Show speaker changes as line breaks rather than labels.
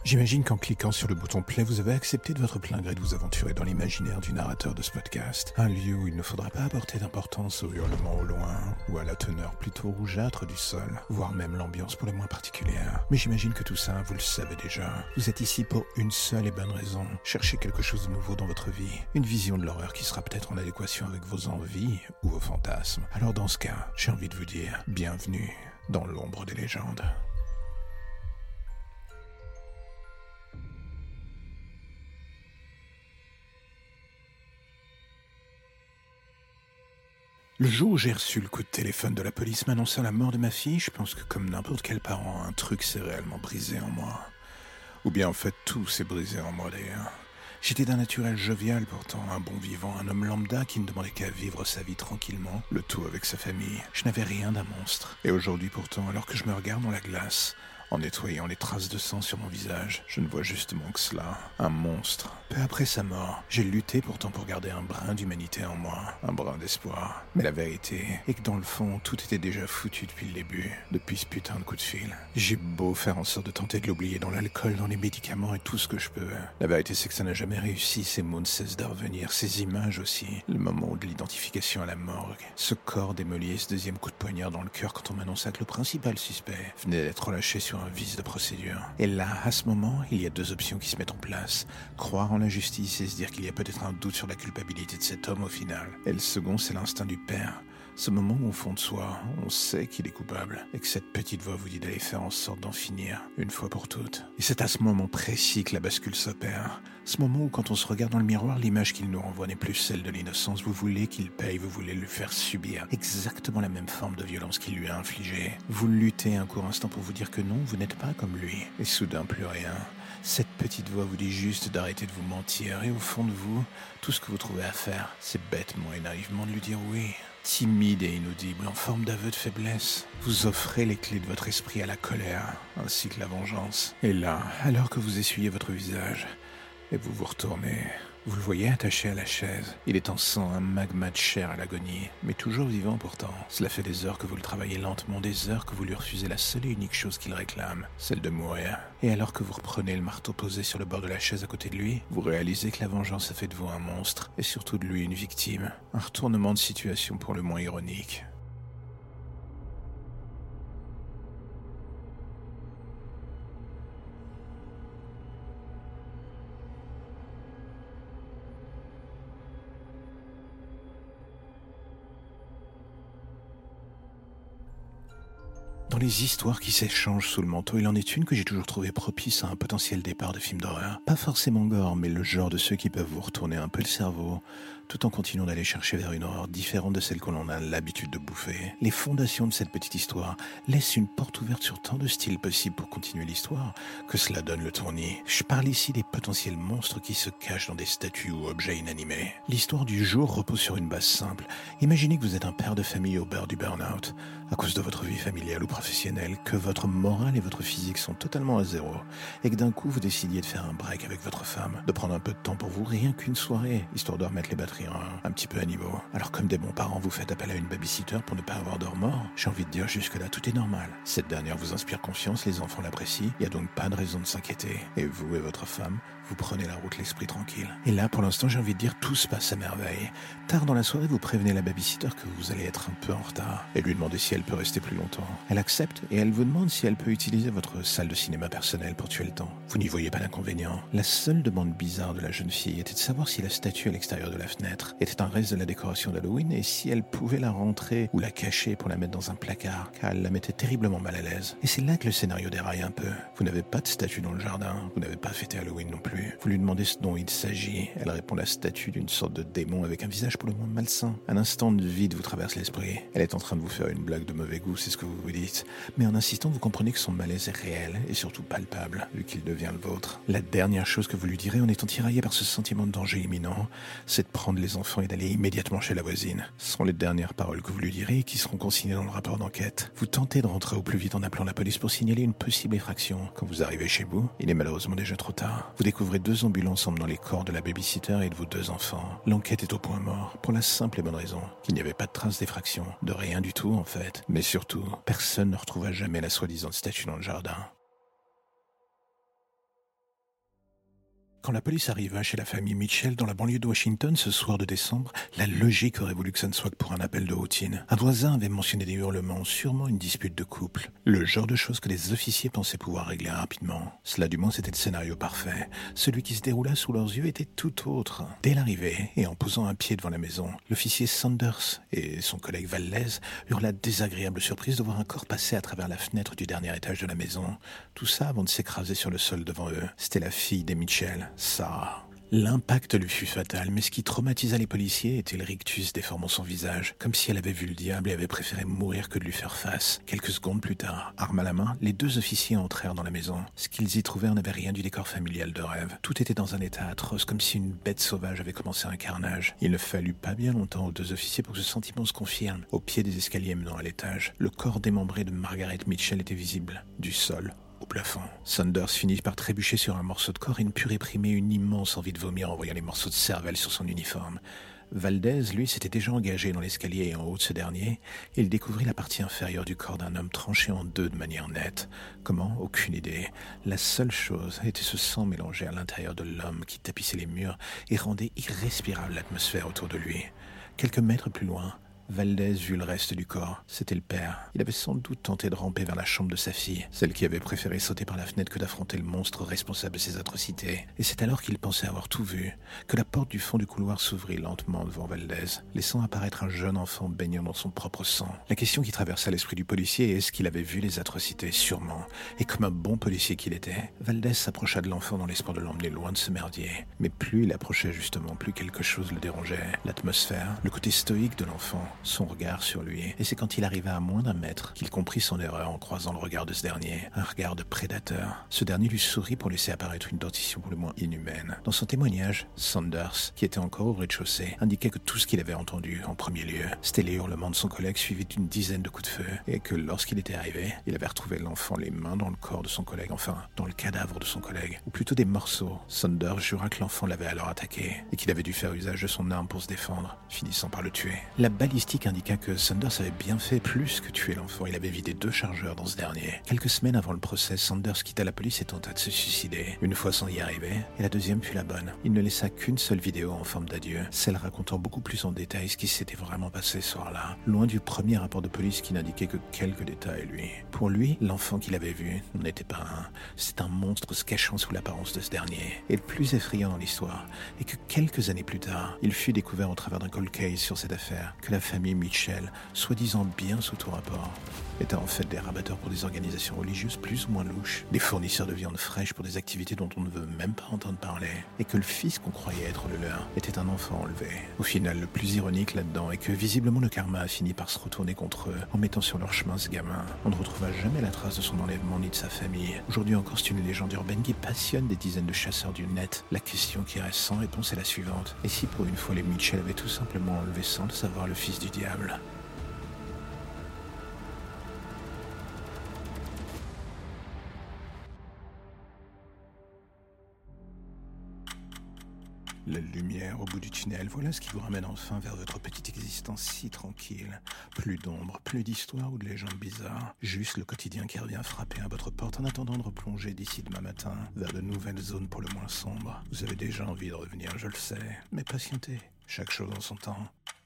J'imagine qu'en cliquant sur le bouton play, vous avez accepté de votre plein gré de vous aventurer dans l'imaginaire du narrateur de ce podcast. Un lieu où il ne faudra pas apporter d'importance aux hurlements au loin, ou à la teneur plutôt rougeâtre du sol, voire même l'ambiance pour le moins particulière. Mais j'imagine que tout ça, vous le savez déjà. Vous êtes ici pour une seule et bonne raison. Cherchez quelque chose de nouveau dans votre vie. Une vision de l'horreur qui sera peut-être en adéquation avec vos envies ou vos fantasmes. Alors dans ce cas, j'ai envie de vous dire, bienvenue dans l'ombre des légendes. Le jour où j'ai reçu le coup de téléphone de la police m'annonçant la mort de ma fille, je pense que comme n'importe quel parent, un truc s'est réellement brisé en moi. Ou bien en fait tout s'est brisé en moi d'ailleurs. J'étais d'un naturel jovial pourtant, un bon vivant, un homme lambda qui ne demandait qu'à vivre sa vie tranquillement, le tout avec sa famille. Je n'avais rien d'un monstre. Et aujourd'hui pourtant, alors que je me regarde dans la glace, en nettoyant les traces de sang sur mon visage, je ne vois justement que cela, un monstre. Peu après sa mort, j'ai lutté pourtant pour garder un brin d'humanité en moi, un brin d'espoir. Mais la vérité est que dans le fond, tout était déjà foutu depuis le début, depuis ce putain de coup de fil. J'ai beau faire en sorte de tenter de l'oublier dans l'alcool, dans les médicaments et tout ce que je peux. La vérité c'est que ça n'a jamais réussi, ces mots ne cessent de revenir, ces images aussi. Le moment de l'identification à la morgue, ce corps démoli et ce deuxième coup de poignard dans le cœur quand on m'annonça que le principal suspect venait d'être relâché sur un vice de procédure. Et là, à ce moment, il y a deux options qui se mettent en place. Croire en la justice et se dire qu'il y a peut-être un doute sur la culpabilité de cet homme au final. Et le second, c'est l'instinct du père. Ce moment où au fond de soi, on sait qu'il est coupable et que cette petite voix vous dit d'aller faire en sorte d'en finir, une fois pour toutes. Et c'est à ce moment précis que la bascule s'opère. Ce moment où quand on se regarde dans le miroir, l'image qu'il nous renvoie n'est plus celle de l'innocence. Vous voulez qu'il paye, vous voulez lui faire subir exactement la même forme de violence qu'il lui a infligée. Vous luttez un court instant pour vous dire que non, vous n'êtes pas comme lui. Et soudain, plus rien. Cette petite voix vous dit juste d'arrêter de vous mentir. Et au fond de vous, tout ce que vous trouvez à faire, c'est bêtement et naïvement de lui dire oui. Timide et inaudible, en forme d'aveu de faiblesse, vous offrez les clés de votre esprit à la colère, ainsi que la vengeance. Et là, alors que vous essuyez votre visage, et vous vous retournez, vous le voyez attaché à la chaise. Il est en sang, un magma de chair à l'agonie, mais toujours vivant pourtant. Cela fait des heures que vous le travaillez lentement, des heures que vous lui refusez la seule et unique chose qu'il réclame, celle de mourir. Et alors que vous reprenez le marteau posé sur le bord de la chaise à côté de lui, vous réalisez que la vengeance a fait de vous un monstre, et surtout de lui une victime. Un retournement de situation pour le moins ironique. Dans les histoires qui s'échangent sous le manteau, il en est une que j'ai toujours trouvée propice à un potentiel départ de film d'horreur. Pas forcément gore, mais le genre de ceux qui peuvent vous retourner un peu le cerveau, tout en continuant d'aller chercher vers une horreur différente de celle que l'on a l'habitude de bouffer. Les fondations de cette petite histoire laissent une porte ouverte sur tant de styles possibles pour continuer l'histoire, que cela donne le tournis. Je parle ici des potentiels monstres qui se cachent dans des statues ou objets inanimés. L'histoire du jour repose sur une base simple. Imaginez que vous êtes un père de famille au bord du burn-out, à cause de votre vie familiale ou professionnelle, que votre morale et votre physique sont totalement à zéro, et que d'un coup vous décidiez de faire un break avec votre femme, de prendre un peu de temps pour vous, rien qu'une soirée, histoire de remettre les batteries un petit peu à niveau. Alors comme des bons parents, vous faites appel à une babysitter pour ne pas avoir de remords. J'ai envie de dire jusque-là, tout est normal. Cette dernière vous inspire confiance, les enfants l'apprécient, il n'y a donc pas de raison de s'inquiéter. Et vous et votre femme, vous prenez la route l'esprit tranquille. Et là, pour l'instant, j'ai envie de dire, tout se passe à merveille. Tard dans la soirée, vous prévenez la babysitter que vous allez être un peu en retard et lui demandez si elle peut rester plus longtemps. Elle accepte et elle vous demande si elle peut utiliser votre salle de cinéma personnelle pour tuer le temps. Vous n'y voyez pas d'inconvénient. La seule demande bizarre de la jeune fille était de savoir si la statue à l'extérieur de la fenêtre était un reste de la décoration d'Halloween et si elle pouvait la rentrer ou la cacher pour la mettre dans un placard, car elle la mettait terriblement mal à l'aise. Et c'est là que le scénario déraille un peu. Vous n'avez pas de statue dans le jardin, vous n'avez pas fêté Halloween non plus. Vous lui demandez ce dont il s'agit. Elle répond la statue d'une sorte de démon avec un visage pour le moins malsain. Un instant de vide vous traverse l'esprit. Elle est en train de vous faire une blague de mauvais goût, c'est ce que vous vous dites. Mais en insistant, vous comprenez que son malaise est réel et surtout palpable, vu qu'il devient le vôtre. La dernière chose que vous lui direz en étant tiraillé par ce sentiment de danger imminent, c'est de prendre les enfants et d'aller immédiatement chez la voisine. Ce seront les dernières paroles que vous lui direz et qui seront consignées dans le rapport d'enquête. Vous tentez de rentrer au plus vite en appelant la police pour signaler une possible effraction. Quand vous arrivez chez vous, il est malheureusement déjà trop tard. Vous découvrez deux ambulances emmenant les corps de la babysitter et de vos deux enfants. L'enquête est au point mort, pour la simple et bonne raison qu'il n'y avait pas de trace d'effraction, de rien du tout en fait. Mais surtout, personne ne retrouva jamais la soi-disant statue dans le jardin. Quand la police arriva chez la famille Mitchell dans la banlieue de Washington ce soir de décembre, la logique aurait voulu que ça ne soit que pour un appel de routine. Un voisin avait mentionné des hurlements, sûrement une dispute de couple. Le genre de choses que les officiers pensaient pouvoir régler rapidement. Cela du moins c'était le scénario parfait. Celui qui se déroula sous leurs yeux était tout autre. Dès l'arrivée, et en posant un pied devant la maison, l'officier Sanders et son collègue Valdez eurent la désagréable surprise de voir un corps passer à travers la fenêtre du dernier étage de la maison. Tout ça avant de s'écraser sur le sol devant eux. C'était la fille des Mitchell, Sarah. L'impact lui fut fatal, mais ce qui traumatisa les policiers était le rictus déformant son visage, comme si elle avait vu le diable et avait préféré mourir que de lui faire face. Quelques secondes plus tard, arme à la main, les deux officiers entrèrent dans la maison. Ce qu'ils y trouvèrent n'avait rien du décor familial de rêve. Tout était dans un état atroce, comme si une bête sauvage avait commencé un carnage. Il ne fallut pas bien longtemps aux deux officiers pour que ce sentiment se confirme. Au pied des escaliers menant à l'étage, le corps démembré de Margaret Mitchell était visible, du sol au plafond. Sanders finit par trébucher sur un morceau de corps et ne put réprimer une immense envie de vomir en voyant les morceaux de cervelle sur son uniforme. Valdez, lui, s'était déjà engagé dans l'escalier et en haut de ce dernier, et il découvrit la partie inférieure du corps d'un homme tranché en deux de manière nette. Comment ? Aucune idée. La seule chose était ce sang mélangé à l'intérieur de l'homme qui tapissait les murs et rendait irrespirable l'atmosphère autour de lui. Quelques mètres plus loin, Valdez vit le reste du corps. C'était le père. Il avait sans doute tenté de ramper vers la chambre de sa fille, celle qui avait préféré sauter par la fenêtre que d'affronter le monstre responsable de ses atrocités. Et c'est alors qu'il pensait avoir tout vu, que la porte du fond du couloir s'ouvrit lentement devant Valdez, laissant apparaître un jeune enfant baignant dans son propre sang. La question qui traversa l'esprit du policier est: est-ce qu'il avait vu les atrocités? Sûrement. Et comme un bon policier qu'il était, Valdez s'approcha de l'enfant dans l'espoir de l'emmener loin de ce merdier. Mais plus il approchait justement, plus quelque chose le dérangeait. L'atmosphère, le côté stoïque de l'enfant, son regard sur lui. Et c'est quand il arriva à moins d'1 mètre qu'il comprit son erreur en croisant le regard de ce dernier. Un regard de prédateur. Ce dernier lui sourit pour laisser apparaître une dentition pour le moins inhumaine. Dans son témoignage, Sanders, qui était encore au rez-de-chaussée, indiquait que tout ce qu'il avait entendu en premier lieu, c'était les hurlements de son collègue suivis d'une dizaine de coups de feu, et que lorsqu'il était arrivé, il avait retrouvé l'enfant les mains dans le corps de son collègue, enfin, dans le cadavre de son collègue, ou plutôt des morceaux. Sanders jura que l'enfant l'avait alors attaqué, et qu'il avait dû faire usage de son arme pour se défendre, finissant par le tuer. La balistique indiqua que Sanders avait bien fait plus que tuer l'enfant. Il avait vidé 2 chargeurs dans ce dernier. Quelques semaines avant le procès, Sanders quitta la police et tenta de se suicider. Une fois sans y arriver, et la deuxième fut la bonne. Il ne laissa qu'une seule vidéo en forme d'adieu, celle racontant beaucoup plus en détail ce qui s'était vraiment passé ce soir-là, loin du premier rapport de police qui n'indiquait que quelques détails, lui. Pour lui, l'enfant qu'il avait vu n'était pas c'était un monstre se cachant sous l'apparence de ce dernier. Et le plus effrayant dans l'histoire est que quelques années plus tard, il fut découvert au travers d'un cold case sur cette affaire que la famille Mitchell, soi-disant bien sous tout rapport, étaient en fait des rabatteurs pour des organisations religieuses plus ou moins louches, des fournisseurs de viande fraîche pour des activités dont on ne veut même pas entendre parler, et que le fils qu'on croyait être le leur était un enfant enlevé. Au final, le plus ironique là-dedans est que visiblement le karma a fini par se retourner contre eux en mettant sur leur chemin ce gamin. On ne retrouva jamais la trace de son enlèvement ni de sa famille. Aujourd'hui encore, c'est une légende urbaine qui passionne des dizaines de chasseurs du net. La question qui reste sans réponse est la suivante: et si pour une fois les Mitchell avaient tout simplement enlevé sans le savoir le fils du diable? La lumière au bout du tunnel, voilà ce qui vous ramène enfin vers votre petite existence si tranquille. Plus d'ombre, plus d'histoires ou de légendes bizarres. Juste le quotidien qui revient frapper à votre porte en attendant de replonger d'ici demain matin vers de nouvelles zones pour le moins sombres. Vous avez déjà envie de revenir, je le sais, mais patientez, chaque chose en son temps.